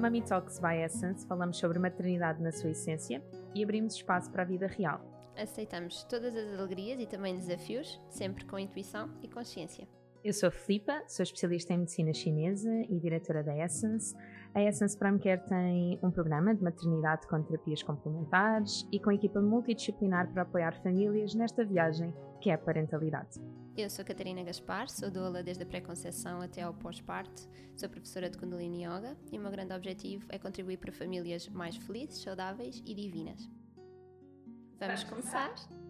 Mummy Talks by Essence falamos sobre maternidade na sua essência e abrimos espaço para a vida real. Aceitamos todas as alegrias e também desafios, sempre com intuição e consciência. Eu sou a Filipa, sou especialista em medicina chinesa e diretora da Essence. A Essence Prime Care tem um programa de maternidade com terapias complementares e com equipa multidisciplinar para apoiar famílias nesta viagem que é a parentalidade. Eu sou Catarina Gaspar, sou doula desde a pré-conceição até ao pós-parto, sou professora de Kundalini Yoga e o meu grande objetivo é contribuir para famílias mais felizes, saudáveis e divinas. Vamos começar?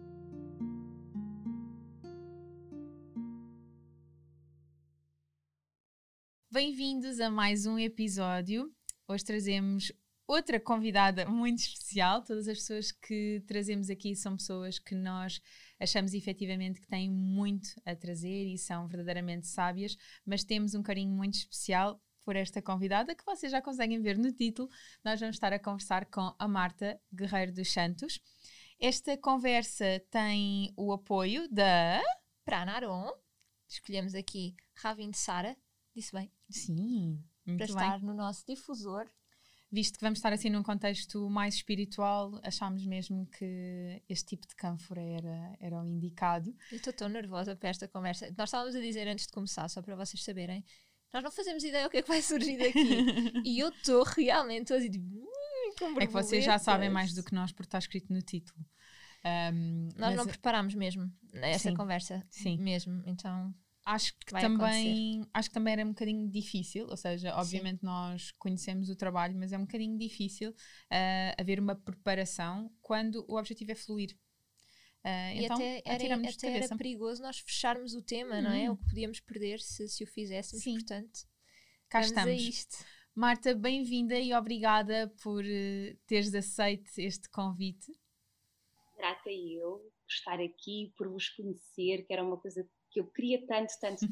Bem-vindos a mais um episódio. Hoje trazemos outra convidada muito especial. Todas as pessoas que trazemos aqui são pessoas que nós achamos efetivamente que têm muito a trazer e são verdadeiramente sábias, mas temos um carinho muito especial por esta convidada que vocês já conseguem ver no título. Nós vamos estar a conversar com a Marta Guerreiro dos Santos. Esta conversa tem o apoio da Pranarom. Escolhemos aqui Ravin de Sara. Disse bem? Sim, muito para bem. Estar no nosso difusor. Visto que vamos estar assim num contexto mais espiritual, achámos mesmo que este tipo de cânfora era o indicado. Eu estou tão nervosa para esta conversa. Nós estávamos a dizer antes de começar, só para vocês saberem, nós não fazemos ideia o que é que vai surgir daqui. E eu estou realmente a dizer, com é que vocês já sabem mais do que nós porque está escrito no título. Nós não preparámos mesmo essa conversa. Sim. Mesmo, então... Acho que também era um bocadinho difícil, ou seja, obviamente nós conhecemos o trabalho, mas é um bocadinho difícil haver uma preparação quando o objetivo é fluir. E então, até era perigoso nós fecharmos o tema, não é? O que podíamos perder se o fizéssemos, portanto, cá vamos estamos. A isto. Marta, bem-vinda e obrigada por teres aceito este convite. Grata eu por estar aqui, por vos conhecer, que era uma coisa que eu queria tanto.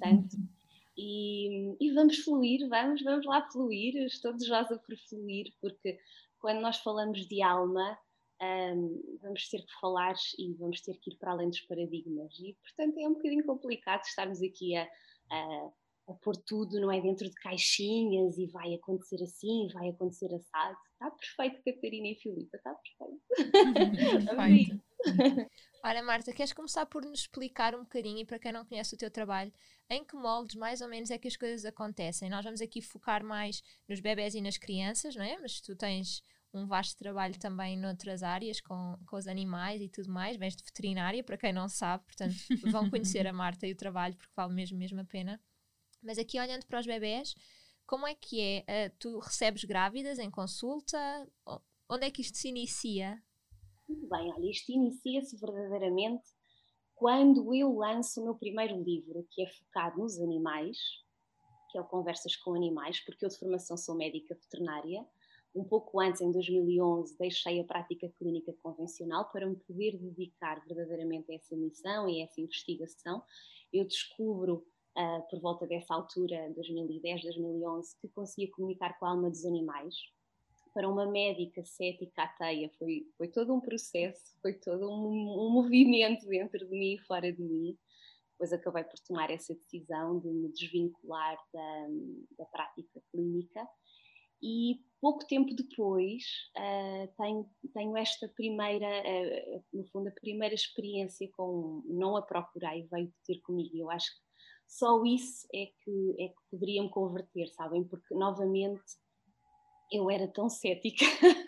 E vamos fluir, vamos lá fluir. Estou desejosa por fluir, porque quando nós falamos de alma, vamos ter que falar e vamos ter que ir para além dos paradigmas. E, portanto, é um bocadinho complicado estarmos aqui a pôr tudo, não é, dentro de caixinhas e vai acontecer assim, vai acontecer assado. Está perfeito, Catarina e Filipa, está perfeito. Perfeito. Olha, Marta, queres começar por nos explicar um bocadinho, e para quem não conhece o teu trabalho, em que moldes mais ou menos é que as coisas acontecem? Nós vamos aqui focar mais nos bebés e nas crianças, não é? Mas tu tens um vasto trabalho também noutras áreas, com os animais e tudo mais. Vens de veterinária, para quem não sabe, portanto vão conhecer a Marta e o trabalho, porque vale mesmo a pena. Mas aqui olhando para os bebés, como é que é? Tu recebes grávidas em consulta? Onde é que isto se inicia? Muito bem, olha, isto inicia-se verdadeiramente quando eu lanço o meu primeiro livro, que é focado nos animais, que é o Conversas com Animais, porque eu de formação sou médica veterinária. Um pouco antes, em 2011, deixei a prática clínica convencional para me poder dedicar verdadeiramente a essa missão e a essa investigação. Eu descubro, por volta dessa altura, 2010, 2011, que conseguia comunicar com a alma dos animais. Para uma médica cética ateia foi todo um processo, foi todo um movimento dentro de mim e fora de mim. Depois acabei por tomar essa decisão de me desvincular da prática clínica e pouco tempo depois tenho esta primeira, no fundo, a primeira experiência com, não a procurei, veio ter comigo. Eu acho que só isso é que poderia me converter, sabem? Porque, novamente, eu era tão cética,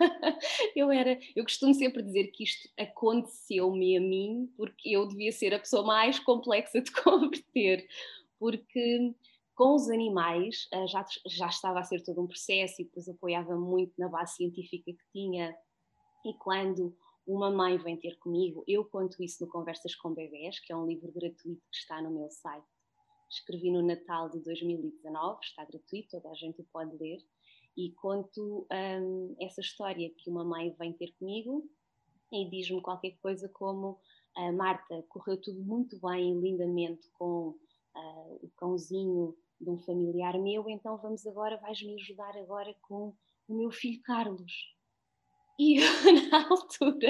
eu costumo sempre dizer que isto aconteceu-me a mim porque eu devia ser a pessoa mais complexa de converter, porque com os animais já estava a ser todo um processo e depois apoiava muito na base científica que tinha, e quando uma mãe vem ter comigo, eu conto isso no Conversas com Bebés, que é um livro gratuito que está no meu site, escrevi no Natal de 2019, está gratuito, toda a gente o pode ler. E conto essa história que uma mãe vem ter comigo e diz-me qualquer coisa como Marta, correu tudo muito bem e lindamente com o cãozinho de um familiar meu, então vais-me ajudar agora com o meu filho Carlos. E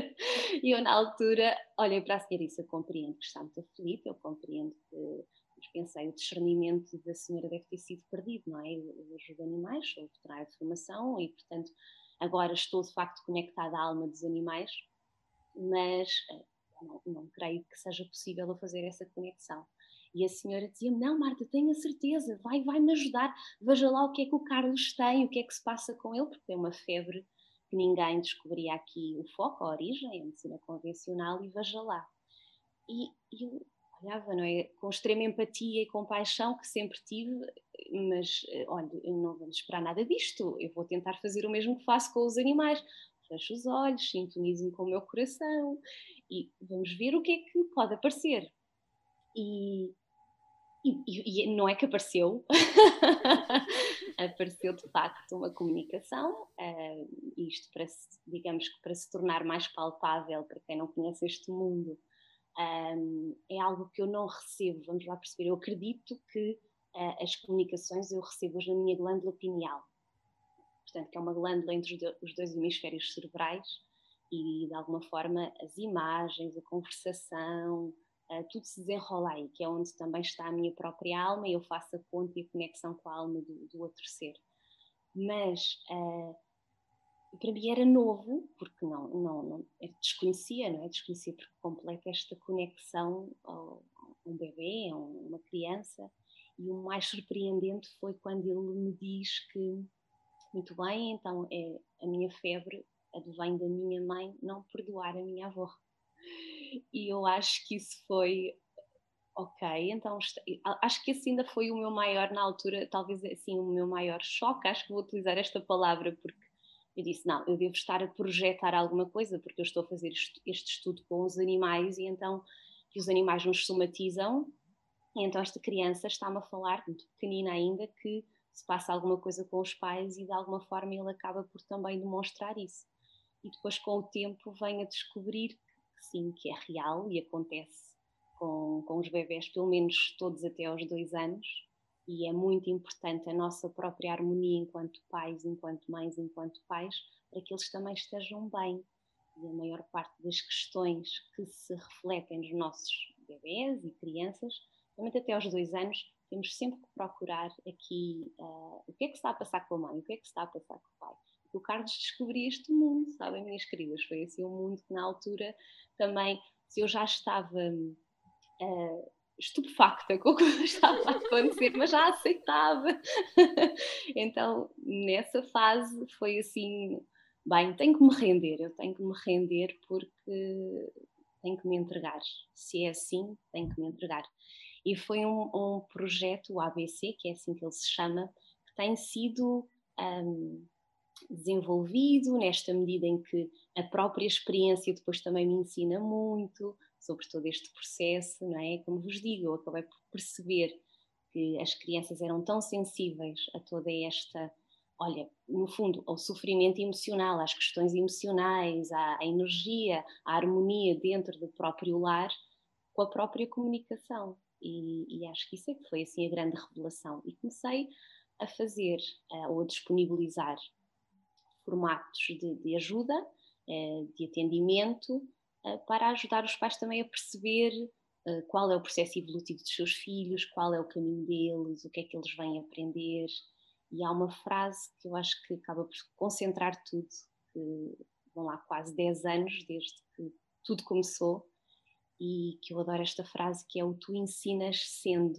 eu na altura olhei para a senhora e disse, eu compreendo que está muito aflita, eu compreendo que os pensei, o discernimento da senhora deve ter sido perdido, não é? Eu ajudo animais, sou veterinária de formação e, portanto, agora estou de facto conectada à alma dos animais, mas não creio que seja possível eu fazer essa conexão. E a senhora dizia-me, não Marta, tenho a certeza, vai-me ajudar, veja lá o que é que o Carlos tem, o que é que se passa com ele, porque tem uma febre que ninguém descobria aqui o foco, a origem, a medicina convencional, e veja lá. E eu olhava, não é, com extrema empatia e compaixão que sempre tive, mas olha, não vamos esperar nada disto, eu vou tentar fazer o mesmo que faço com os animais, fecho os olhos, sintonizo-me com o meu coração e vamos ver o que é que pode aparecer. E não é que apareceu, apareceu de facto uma comunicação, isto para se, digamos que para se tornar mais palpável para quem não conhece este mundo, é algo que eu não recebo, vamos lá perceber, eu acredito que as comunicações eu recebo-as na minha glândula pineal, portanto que é uma glândula entre os dois hemisférios cerebrais e de alguma forma as imagens, a conversação, tudo se desenrola aí, que é onde também está a minha própria alma e eu faço a ponte e a conexão com a alma do outro ser. Mas para mim era novo, porque não desconhecia, não é? Desconhecia por completo esta conexão a um bebê, a uma criança, e o mais surpreendente foi quando ele me diz que, muito bem, então a minha febre advém da minha mãe não perdoar a minha avó. E eu acho que isso foi, ok, então acho que esse ainda foi o meu maior, na altura, talvez assim, o meu maior choque, acho que vou utilizar esta palavra porque eu disse, não, eu devo estar a projetar alguma coisa porque eu estou a fazer este estudo com os animais e então que os animais nos somatizam e então esta criança está-me a falar, muito pequenina ainda, que se passa alguma coisa com os pais e de alguma forma ele acaba por também demonstrar isso. E depois com o tempo vem a descobrir que sim, que é real e acontece com os bebés, pelo menos todos até aos 2 anos, e é muito importante a nossa própria harmonia enquanto pais, enquanto mães, enquanto pais, para que eles também estejam bem. E a maior parte das questões que se refletem nos nossos bebés e crianças, realmente até aos 2 anos, temos sempre que procurar aqui o que é que se está a passar com a mãe, o que é que se está a passar com o pai. O Carlos descobriu este mundo, sabem, minhas queridas? Foi assim um mundo que na altura também, se eu já estava estupefacta com o que estava a acontecer, mas já aceitava. Então, nessa fase foi assim, bem, tenho que me render, eu tenho que me render porque tenho que me entregar. Se é assim, tenho que me entregar. E foi um projeto, o ABC, que é assim que ele se chama, que tem sido desenvolvido nesta medida em que a própria experiência depois também me ensina muito sobre todo este processo, não é? Como vos digo, eu acabei por perceber que as crianças eram tão sensíveis a toda esta, olha, no fundo, ao sofrimento emocional, às questões emocionais, à energia, à harmonia dentro do próprio lar, com a própria comunicação. E acho que isso é que foi assim a grande revelação. E comecei a fazer ou a disponibilizar formatos de ajuda, de atendimento, para ajudar os pais também a perceber qual é o processo evolutivo dos seus filhos, qual é o caminho deles, o que é que eles vêm aprender. E há uma frase que eu acho que acaba por concentrar tudo, que vão lá quase 10 anos desde que tudo começou, e que eu adoro esta frase, que é o tu ensinas sendo.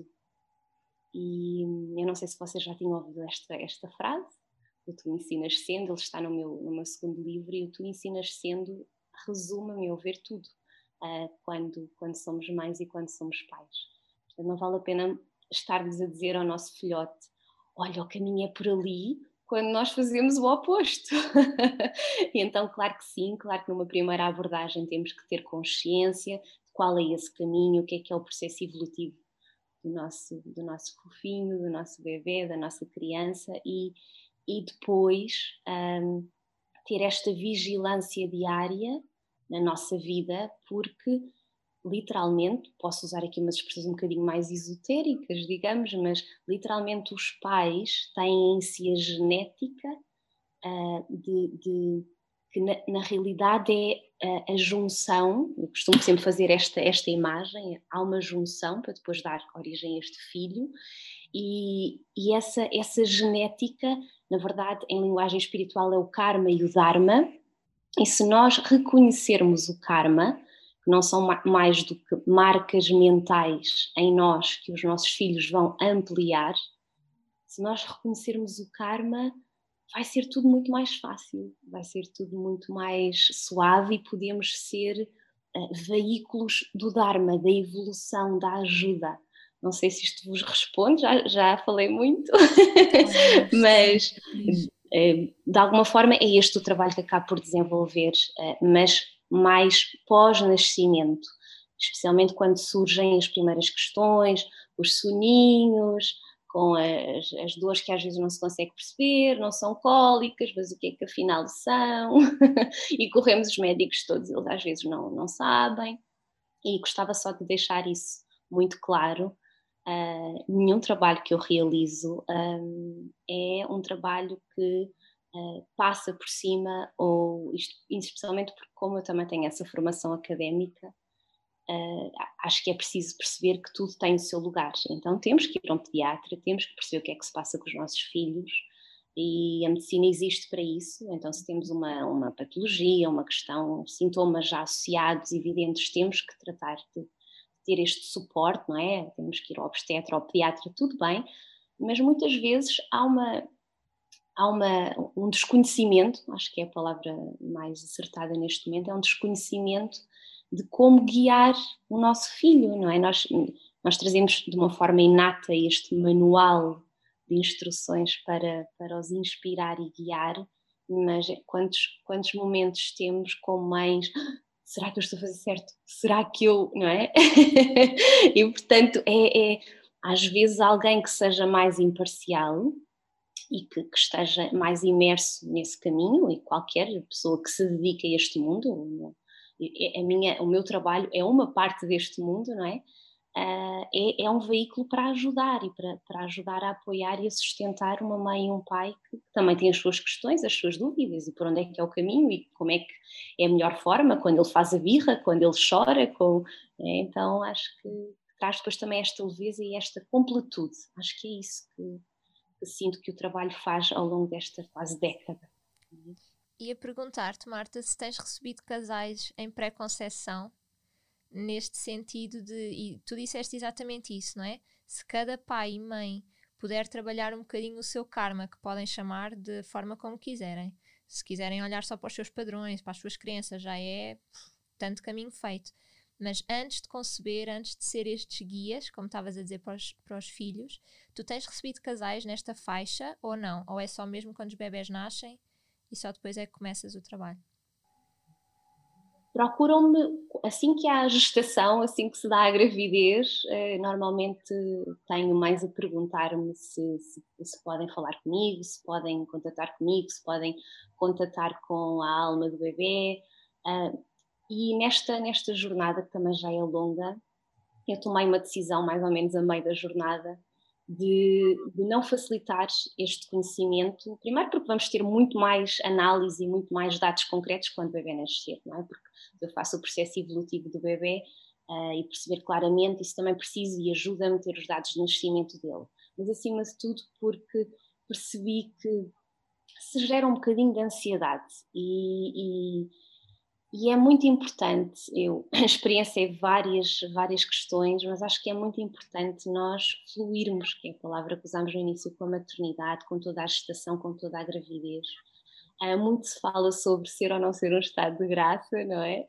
E eu não sei se vocês já tinham ouvido esta frase, o tu ensinas sendo, ele está no meu segundo livro, e o tu ensinas sendo resume, a meu ver, tudo, quando somos mães e quando somos pais. Portanto, não vale a pena estarmos a dizer ao nosso filhote, olha, o caminho é por ali, quando nós fazemos o oposto. E então, claro que sim, claro que numa primeira abordagem temos que ter consciência de qual é esse caminho, o que é o processo evolutivo do nosso fofinho, do nosso bebê, da nossa criança, e depois ter esta vigilância diária na nossa vida, porque literalmente, posso usar aqui umas expressões um bocadinho mais esotéricas, digamos, mas literalmente os pais têm em si a genética que na realidade a junção, eu costumo sempre fazer esta imagem, há uma junção para depois dar origem a este filho, e essa genética, na verdade, em linguagem espiritual é o karma e o dharma, e se nós reconhecermos o karma, que não são mais do que marcas mentais em nós que os nossos filhos vão ampliar, se nós reconhecermos o karma, vai ser tudo muito mais fácil, vai ser tudo muito mais suave e podemos ser veículos do Dharma, da evolução, da ajuda. Não sei se isto vos responde, já falei muito, mas de alguma forma é este o trabalho que acabo por desenvolver, mas mais pós-nascimento, especialmente quando surgem as primeiras questões, os soninhos, com as dores que às vezes não se consegue perceber, não são cólicas, mas o que é que afinal são? E corremos os médicos todos, eles às vezes não sabem, e gostava só de deixar isso muito claro. Nenhum trabalho que eu realizo é um trabalho que passa por cima, ou isto, especialmente porque como eu também tenho essa formação académica, acho que é preciso perceber que tudo tem o seu lugar. Então temos que ir a um pediatra, temos que perceber o que é que se passa com os nossos filhos, e a medicina existe para isso. Então se temos uma patologia, uma questão, sintomas já associados, evidentes, temos que tratar de ter este suporte, não é? Temos que ir ao obstetra, ao pediatra, tudo bem, mas muitas vezes há um desconhecimento, acho que é a palavra mais acertada neste momento, é um desconhecimento de como guiar o nosso filho, não é? Nós trazemos de uma forma inata este manual de instruções para os inspirar e guiar, mas quantos momentos temos como mães, será que eu estou a fazer certo? Será que eu, não é? E portanto às vezes alguém que seja mais imparcial e que esteja mais imerso nesse caminho, e qualquer pessoa que se dedique a este mundo, o meu trabalho é uma parte deste mundo, não é? É um veículo para ajudar e para ajudar a apoiar e a sustentar uma mãe e um pai que também têm as suas questões, as suas dúvidas, e por onde é que é o caminho e como é que é a melhor forma, quando ele faz a birra, quando ele chora, então acho que traz depois também esta leveza e esta completude. Acho que é isso que sinto que o trabalho faz ao longo desta quase década. Ia perguntar-te, Marta, se tens recebido casais em pré-conceição, neste sentido e tu disseste exatamente isso, não é? Se cada pai e mãe puder trabalhar um bocadinho o seu karma, que podem chamar de forma como quiserem, se quiserem olhar só para os seus padrões, para as suas crenças, já é tanto caminho feito. Mas antes de conceber, antes de ser estes guias, como estavas a dizer para os filhos, tu tens recebido casais nesta faixa ou não? Ou é só mesmo quando os bebés nascem e só depois é que começas o trabalho? Procuram-me assim que há a gestação, assim que se dá a gravidez, normalmente tenho mais a perguntar-me se podem falar comigo, se podem contatar comigo, se podem contatar com a alma do bebê. E nesta jornada, que também já é longa, eu tomei uma decisão mais ou menos a meio da jornada de não facilitar este conhecimento, primeiro porque vamos ter muito mais análise e muito mais dados concretos quando o bebê nascer, não é? Porque eu faço o processo evolutivo do bebê e perceber claramente, isso também preciso e ajuda-me a ter os dados de nascimento dele. Mas acima de tudo porque percebi que se gera um bocadinho de ansiedade e é muito importante, a experiência é várias questões, mas acho que é muito importante nós fluirmos, que é a palavra que usamos no início, com a maternidade, com toda a gestação, com toda a gravidez. Muito se fala sobre ser ou não ser um estado de graça, não é?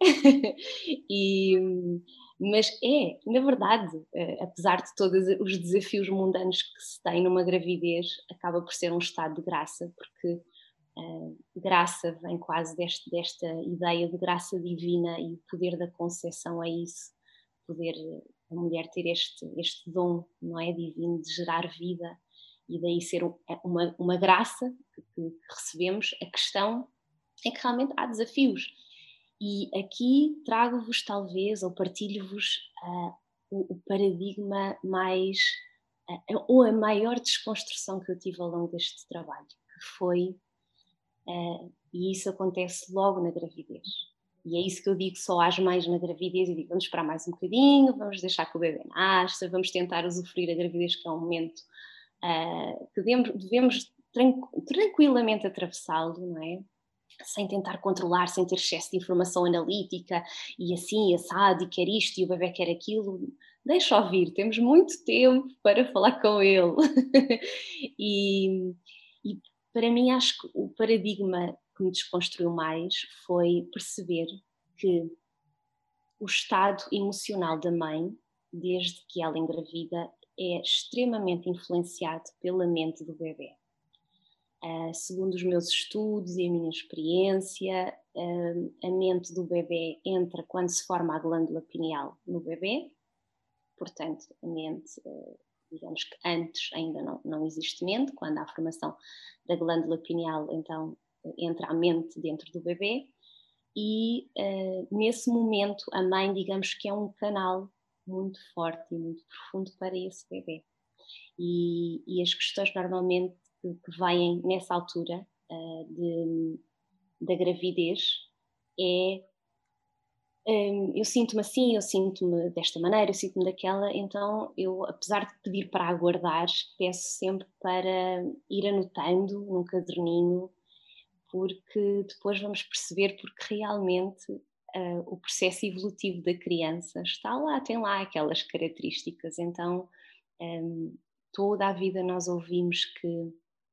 Mas na verdade, apesar de todos os desafios mundanos que se tem numa gravidez, acaba por ser um estado de graça, porque graça vem quase desta ideia de graça divina, e o poder da conceção é isso, poder a mulher ter este dom, não é, divino, de gerar vida, e daí ser uma graça que recebemos. A questão é que realmente há desafios, e aqui trago-vos talvez, ou partilho-vos o paradigma mais, ou a maior desconstrução que eu tive ao longo deste trabalho, que foi e isso acontece logo na gravidez. E é isso que eu digo, só às mães na gravidez, eu digo, vamos esperar mais um bocadinho, vamos deixar que o bebê nasça, vamos tentar usufruir a gravidez, que é um momento que devemos tranquilamente atravessá-lo, não é? Sem tentar controlar, sem ter excesso de informação analítica e assim, assado, e quer isto e o bebê quer aquilo. Deixa ouvir, temos muito tempo para falar com ele. e para mim acho que o paradigma que me desconstruiu mais foi perceber que o estado emocional da mãe, desde que ela engravida, é extremamente influenciado pela mente do bebê. Segundo os meus estudos e a minha experiência, a mente do bebê entra quando se forma a glândula pineal no bebê, portanto a mente, digamos que antes ainda não existe mente, quando há a formação da glândula pineal, então entra a mente dentro do bebê e nesse momento a mãe, digamos que é um canal muito forte e muito profundo para esse bebê. E as questões normalmente que vêm nessa altura da gravidez é eu sinto-me assim, eu sinto-me desta maneira, eu sinto-me daquela, então eu, apesar de pedir para aguardar, peço sempre para ir anotando num caderninho, porque depois vamos perceber porque realmente o processo evolutivo da criança está lá, tem lá aquelas características, então toda a vida nós ouvimos que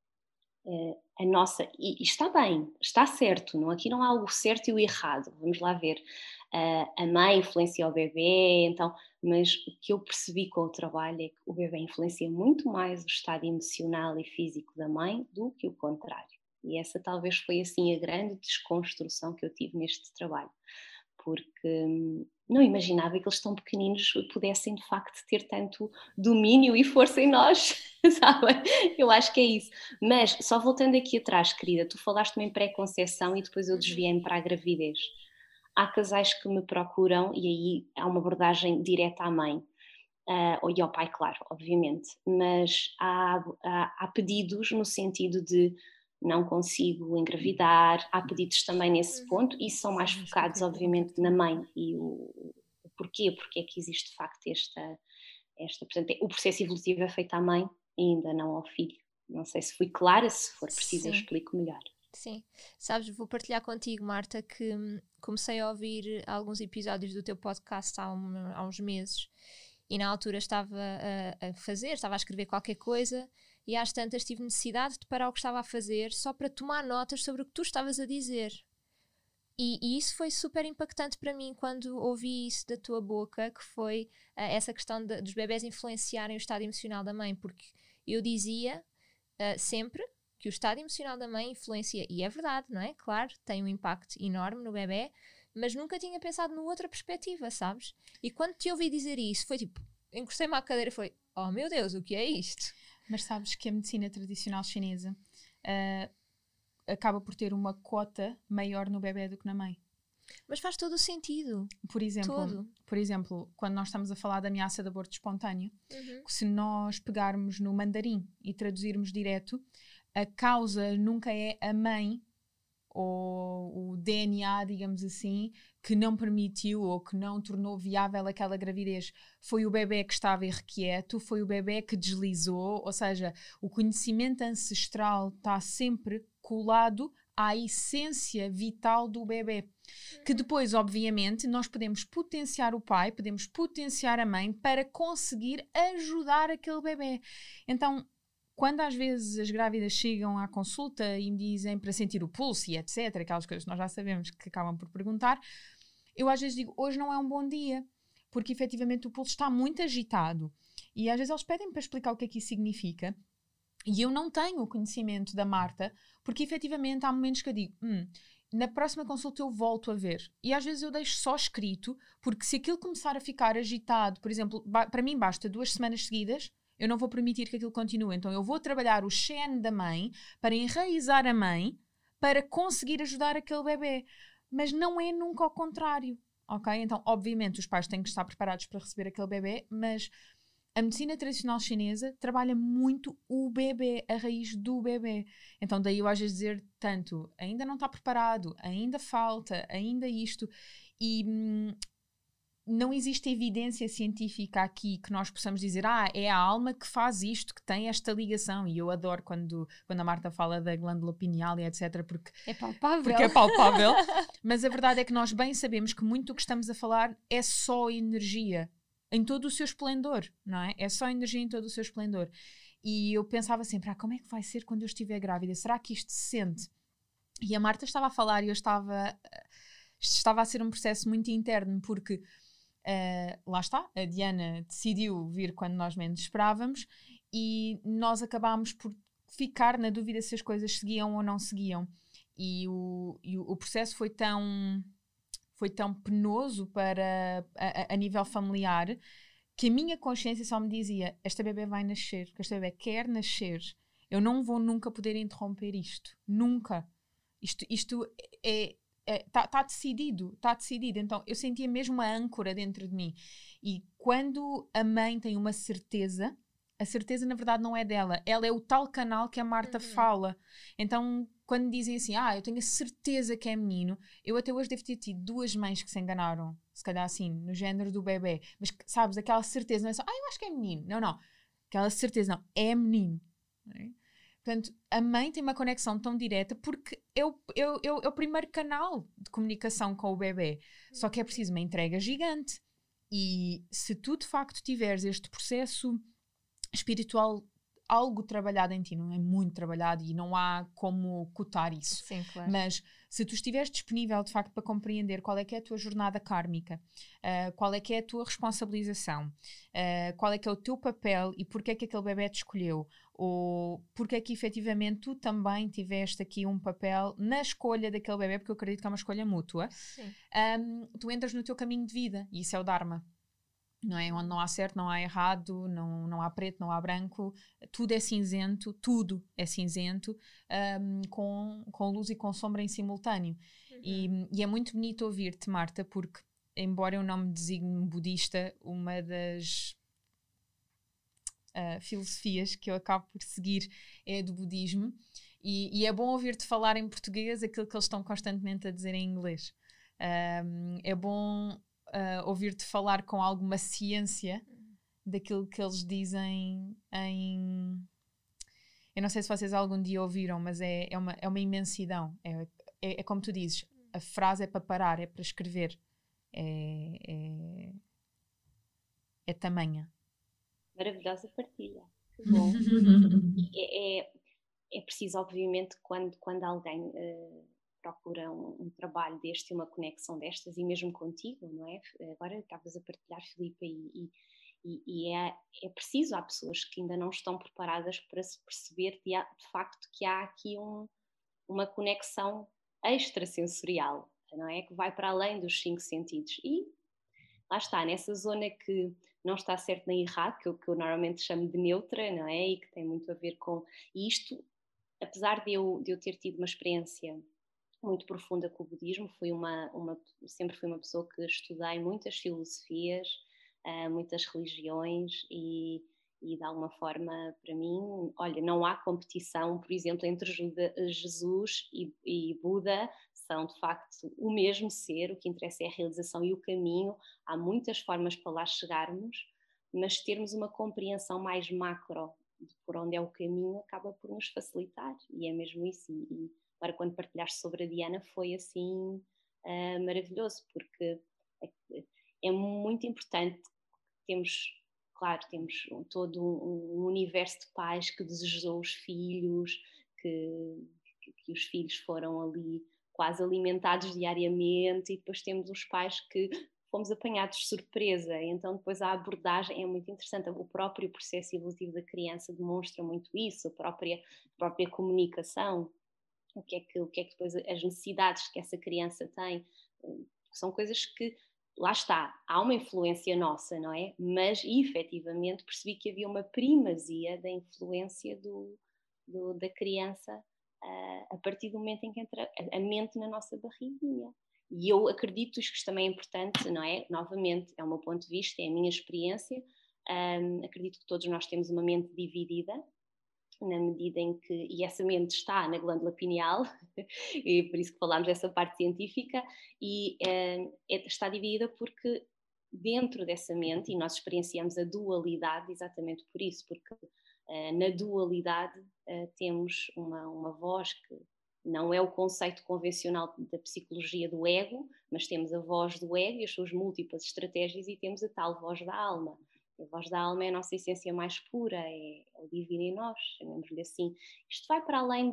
a nossa, e está bem, está certo, não, aqui não há o certo e o errado, vamos lá ver, a mãe influencia o bebê, então, mas o que eu percebi com o trabalho é que o bebê influencia muito mais o estado emocional e físico da mãe do que o contrário, e essa talvez foi assim a grande desconstrução que eu tive neste trabalho, porque não imaginava que eles tão pequeninos pudessem de facto ter tanto domínio e força em nós, sabem? Eu acho que é isso. Mas, só voltando aqui atrás, querida, tu falaste-me em pré-conceição e depois eu desviei-me para a gravidez. Há casais que me procuram e aí há uma abordagem direta à mãe, e ao pai, claro, obviamente, mas há pedidos no sentido de não consigo engravidar, há pedidos também nesse ponto e são mais focados obviamente na mãe e o porquê, porque é que existe de facto portanto, o processo evolutivo é feito à mãe e ainda não ao filho. Não sei se fui clara, se for preciso eu explico melhor. Sim, sabes, vou partilhar contigo, Marta, que comecei a ouvir alguns episódios do teu podcast há uns meses e na altura estava a escrever qualquer coisa e às tantas tive necessidade de parar o que estava a fazer só para tomar notas sobre o que tu estavas a dizer. E isso foi super impactante para mim quando ouvi isso da tua boca, que foi essa questão dos bebés influenciarem o estado emocional da mãe, porque eu dizia sempre que o estado emocional da mãe influencia, e é verdade, não é? Claro, tem um impacto enorme no bebé, mas nunca tinha pensado numa outra perspectiva, sabes? E quando te ouvi dizer isso, foi tipo, encostei-me à cadeira e foi, oh meu Deus, o que é isto? Mas sabes que a medicina tradicional chinesa acaba por ter uma cota maior no bebé do que na mãe. Mas faz todo o sentido. Por exemplo, quando nós estamos a falar da ameaça de aborto espontâneo, se nós pegarmos no mandarim e traduzirmos direto, a causa nunca é a mãe ou o DNA, digamos assim, que não permitiu ou que não tornou viável aquela gravidez. Foi o bebé que estava irrequieto, foi o bebé que deslizou, ou seja, o conhecimento ancestral está sempre colado à essência vital do bebé. Que depois, obviamente, nós podemos potenciar o pai, podemos potenciar a mãe para conseguir ajudar aquele bebé. Então, quando às vezes as grávidas chegam à consulta e me dizem para sentir o pulso e etc, aquelas coisas que nós já sabemos que acabam por perguntar, eu às vezes digo, hoje não é um bom dia, porque efetivamente o pulso está muito agitado. E às vezes eles pedem para explicar o que é que isso significa. E eu não tenho o conhecimento da Marta, porque efetivamente há momentos que eu digo, na próxima consulta eu volto a ver. E às vezes eu deixo só escrito, porque se aquilo começar a ficar agitado, por exemplo, para mim basta 2 semanas seguidas, eu não vou permitir que aquilo continue. Então eu vou trabalhar o Shen da mãe para enraizar a mãe para conseguir ajudar aquele bebê. Mas não é nunca ao contrário, ok? Então, obviamente, os pais têm que estar preparados para receber aquele bebê, mas a medicina tradicional chinesa trabalha muito o bebê, a raiz do bebê. Então daí eu às vezes dizer tanto, ainda não está preparado, ainda falta, ainda isto. E não existe evidência científica aqui que nós possamos dizer é a alma que faz isto, que tem esta ligação. E eu adoro quando a Marta fala da glândula pineal e etc. Porque é palpável. Porque é palpável. Mas a verdade é que nós bem sabemos que muito do que estamos a falar é só energia em todo o seu esplendor, não é? É só energia em todo o seu esplendor. E eu pensava sempre, como é que vai ser quando eu estiver grávida? Será que isto se sente? E a Marta estava a falar e eu estava a ser um processo muito interno, porque lá está, a Diana decidiu vir quando nós menos esperávamos e nós acabámos por ficar na dúvida se as coisas seguiam ou não seguiam. E o processo foi tão penoso a nível familiar que a minha consciência só me dizia, esta bebê vai nascer, que esta bebê quer nascer, eu não vou nunca poder interromper isto, nunca. Isto está decidido. Então eu sentia mesmo uma âncora dentro de mim. E quando a mãe tem uma certeza, a certeza na verdade não é dela, ela é o tal canal que a Marta fala. Então quando dizem assim, eu tenho a certeza que é menino, eu até hoje devo ter tido 2 mães que se enganaram, se calhar assim, no género do bebê, mas sabes, aquela certeza, não é só, eu acho que é menino, não, aquela certeza, não, é menino, não é? Portanto, a mãe tem uma conexão tão direta porque é o primeiro canal de comunicação com o bebê. Só que é preciso uma entrega gigante. E se tu, de facto, tiveres este processo espiritual algo trabalhado em ti, não é muito trabalhado e não há como cotar isso. Sim, claro. Mas se tu estiveres disponível, de facto, para compreender qual é que é a tua jornada kármica, qual é que é a tua responsabilização, qual é que é o teu papel e porque é que aquele bebé te escolheu, ou porque é que efetivamente tu também tiveste aqui um papel na escolha daquele bebé, porque eu acredito que é uma escolha mútua, tu entras no teu caminho de vida e isso é o Dharma. Não é? Onde não há certo, não há errado, não há preto, não há branco, tudo é cinzento, com luz e com sombra em simultâneo. E é muito bonito ouvir-te, Marta, porque, embora eu não me designe budista, uma das filosofias que eu acabo por seguir é a do budismo, e é bom ouvir-te falar em português aquilo que eles estão constantemente a dizer em inglês. É bom ouvir-te falar com alguma ciência daquilo que eles dizem em... Eu não sei se vocês algum dia ouviram, mas é uma imensidão. É como tu dizes, a frase é para parar, é para escrever. É tamanha. Maravilhosa partilha. Que bom. É preciso, obviamente, quando alguém... procura um trabalho deste e uma conexão destas, e mesmo contigo, não é? Agora estavas a partilhar, Filipa, e é preciso, há pessoas que ainda não estão preparadas para se perceber de facto que há aqui uma conexão extrasensorial, não é? Que vai para além dos 5 sentidos. E lá está, nessa zona que não está certo nem errado, que eu normalmente chamo de neutra, não é? E que tem muito a ver com isto, apesar de eu ter tido uma experiência muito profunda com o budismo, sempre fui uma pessoa que estudei muitas filosofias, muitas religiões e de alguma forma, para mim, olha, não há competição, por exemplo, entre Jesus e Buda, são de facto o mesmo ser, o que interessa é a realização e o caminho, há muitas formas para lá chegarmos, mas termos uma compreensão mais macro de por onde é o caminho acaba por nos facilitar, e é mesmo isso. E agora, quando partilhaste sobre a Diana, foi assim maravilhoso, porque é muito importante. Temos todo um universo de pais que desejou os filhos, que os filhos foram ali quase alimentados diariamente, e depois temos os pais que fomos apanhados de surpresa. Então depois a abordagem é muito interessante. O próprio processo evolutivo da criança demonstra muito isso, a própria comunicação. O que é que depois as necessidades que essa criança tem, são coisas que, lá está, há uma influência nossa, não é? Mas, efetivamente, percebi que havia uma primazia da influência da criança a partir do momento em que entra a mente na nossa barriguinha. E eu acredito que isto também é importante, não é? Novamente, é o meu ponto de vista, é a minha experiência. Acredito que todos nós temos uma mente dividida, na medida em que, e essa mente está na glândula pineal, e por isso que falámos dessa parte científica, e está dividida porque dentro dessa mente, e nós experienciamos a dualidade exatamente por isso, porque na dualidade temos uma voz que não é o conceito convencional da psicologia do ego, mas temos a voz do ego e as suas múltiplas estratégias, e temos a tal voz da alma. A voz da alma é a nossa essência mais pura, é o divino em nós, chamemos-lhe assim. Isto vai para além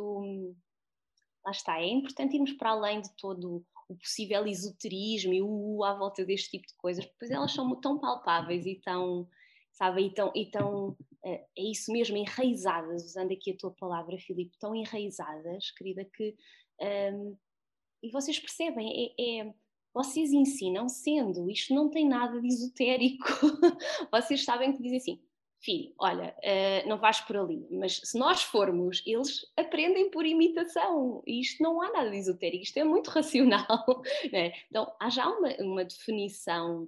lá está, é importante irmos para além de todo o possível esoterismo e à volta deste tipo de coisas, porque depois elas são tão palpáveis e tão, sabe, é isso mesmo, enraizadas, usando aqui a tua palavra, Filipe, tão enraizadas, querida, que e vocês percebem, vocês ensinam sendo, isto não tem nada de esotérico. Vocês sabem que dizem assim, filho, olha, não vais por ali, mas se nós formos, eles aprendem por imitação. E isto não há nada de esotérico, isto é muito racional. Né? Então, há já uma definição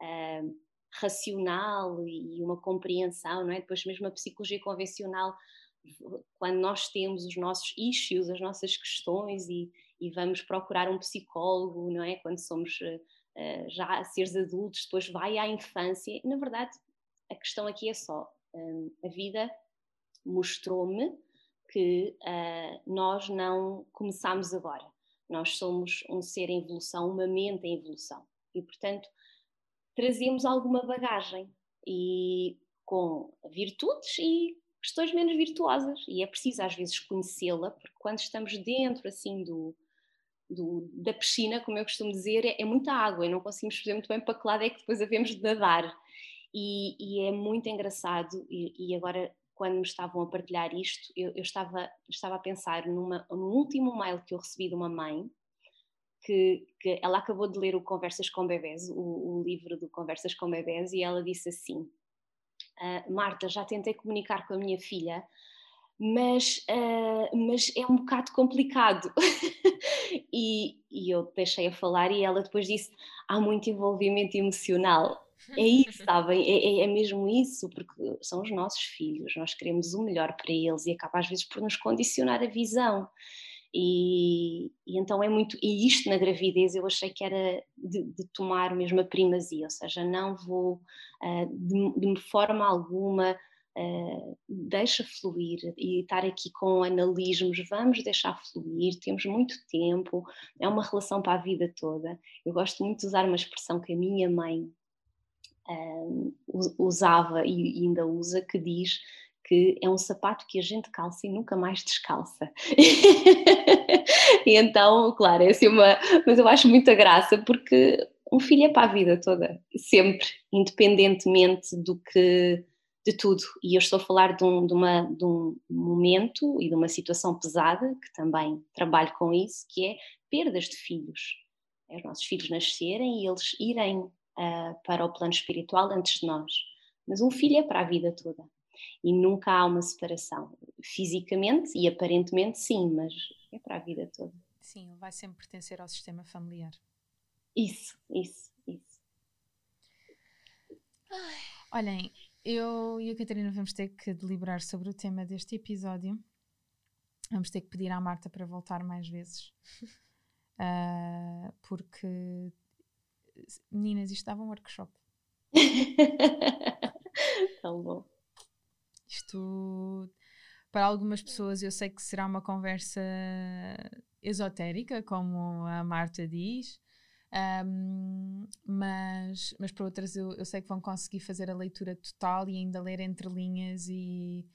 racional e uma compreensão, não é? Depois mesmo a psicologia convencional, quando nós temos os nossos issues, as nossas questões e vamos procurar um psicólogo, não é? Quando somos já seres adultos, depois vai à infância. Na verdade, a questão aqui é só, a vida mostrou-me que nós não começamos agora. Nós somos um ser em evolução, uma mente em evolução. E, portanto, trazemos alguma bagagem e com virtudes e questões menos virtuosas. E é preciso, às vezes, conhecê-la, porque quando estamos dentro, assim, da piscina, como eu costumo dizer, é muita água e não conseguimos perceber muito bem para que lado é que depois havemos de nadar. E é muito engraçado, e agora, quando me estavam a partilhar isto, eu estava a pensar num último mail que eu recebi de uma mãe, que ela acabou de ler o Conversas com Bebés, o livro do Conversas com Bebés, e ela disse assim, Marta, já tentei comunicar com a minha filha, mas é um bocado complicado. E eu deixei a falar e ela depois disse, há muito envolvimento emocional. É isso, sabem? É mesmo isso, porque são os nossos filhos, nós queremos o melhor para eles e acaba às vezes por nos condicionar a visão. E então é muito, e isto na gravidez eu achei que era de tomar mesmo a primazia, ou seja, não vou de forma alguma deixa fluir, e estar aqui com analismos, vamos deixar fluir, temos muito tempo, é uma relação para a vida toda. Eu gosto muito de usar uma expressão que a minha mãe usava e ainda usa, que diz que é um sapato que a gente calça e nunca mais descalça. E então, claro, é assim mas eu acho muita graça, porque um filho é para a vida toda, sempre, independentemente de tudo. E eu estou a falar de um momento e de uma situação pesada, que também trabalho com isso, que é perdas de filhos. É os nossos filhos nascerem e eles irem para o plano espiritual antes de nós. Mas um filho é para a vida toda. E nunca há uma separação. Fisicamente e aparentemente sim, mas é para a vida toda. Sim, ele vai sempre pertencer ao sistema familiar. Isso. Olhem, eu e a Catarina vamos ter que deliberar sobre o tema deste episódio. Vamos ter que pedir à Marta para voltar mais vezes. Porque, meninas, isto dava um workshop. Tão bom. Isto, para algumas pessoas, eu sei que será uma conversa esotérica, como a Marta diz, mas para outras eu sei que vão conseguir fazer a leitura total e ainda ler entre linhas, e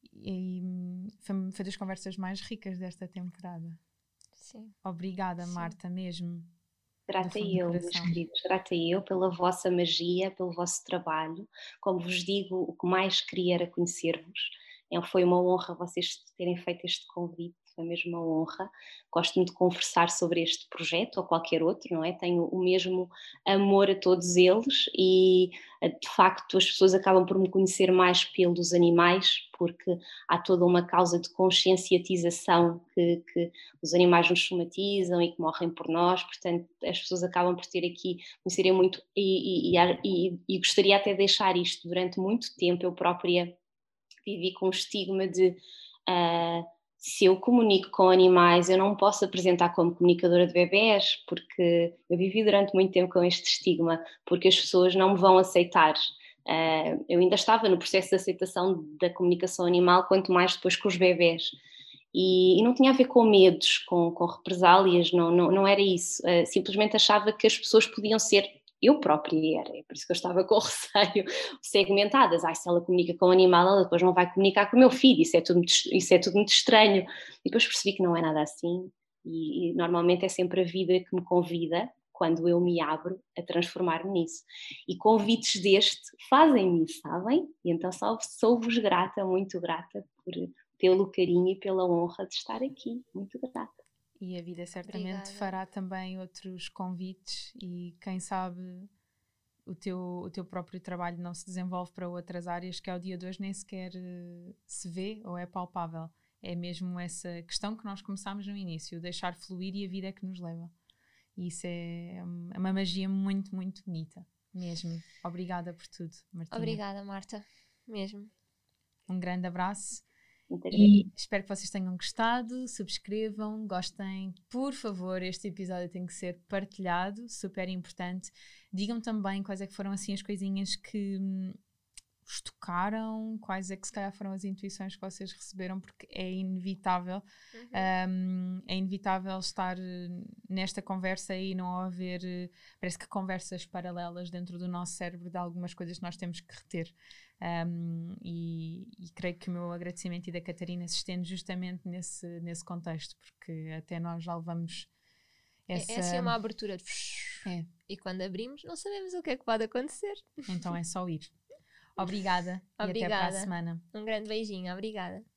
foi das conversas mais ricas desta temporada. Sim. Obrigada, Sim. Marta, mesmo. Grata eu, meus queridos, grata eu pela vossa magia, pelo vosso trabalho. Como vos digo, o que mais queria era conhecer-vos. Foi uma honra vocês terem feito este convite. foi mesmo uma honra. Gosto muito de conversar sobre este projeto ou qualquer outro, não é? Tenho o mesmo amor a todos eles e, de facto, as pessoas acabam por me conhecer mais pelos animais, porque há toda uma causa de conscienciatização que os animais nos somatizam e que morrem por nós, portanto, as pessoas acabam por ter aqui, conhecerem muito e gostaria até de deixar isto durante muito tempo. Eu própria vivi com o estigma de se eu comunico com animais, eu não me posso apresentar como comunicadora de bebés, porque eu vivi durante muito tempo com este estigma, porque as pessoas não me vão aceitar. Eu ainda estava no processo de aceitação da comunicação animal, quanto mais depois com os bebés. E não tinha a ver com medos, com represálias, não era isso. Simplesmente achava que as pessoas podiam ser, eu própria era, é por isso que eu estava com receio, segmentadas. Se ela comunica com o animal, ela depois não vai comunicar com o meu filho, isso é tudo muito estranho. E depois percebi que não é nada assim, e normalmente é sempre a vida que me convida, quando eu me abro, a transformar-me nisso. E convites deste fazem-me isso, sabem? E então sou-vos grata, muito grata, pelo carinho e pela honra de estar aqui, muito grata. E a vida certamente fará também outros convites e quem sabe o teu próprio trabalho não se desenvolve para outras áreas que ao dia de hoje nem sequer se vê ou é palpável. É mesmo essa questão que nós começámos no início, deixar fluir e a vida é que nos leva. E isso é uma magia muito, muito bonita, mesmo. Obrigada por tudo, Martinha. Obrigada, Marta, mesmo. Um grande abraço. E espero que vocês tenham gostado, subscrevam, gostem, por favor, este episódio tem que ser partilhado, super importante. Digam também quais é que foram assim as coisinhas que vos tocaram, quais é que se calhar foram as intuições que vocês receberam, porque é inevitável, é inevitável estar nesta conversa e não haver, parece que conversas paralelas dentro do nosso cérebro de algumas coisas que nós temos que reter. E creio que o meu agradecimento e da Catarina se estende justamente nesse contexto, porque até nós já levamos essa... É assim uma abertura de... E quando abrimos não sabemos o que é que pode acontecer. Então é só ir. Obrigada. E até para a semana. Um grande beijinho, obrigada.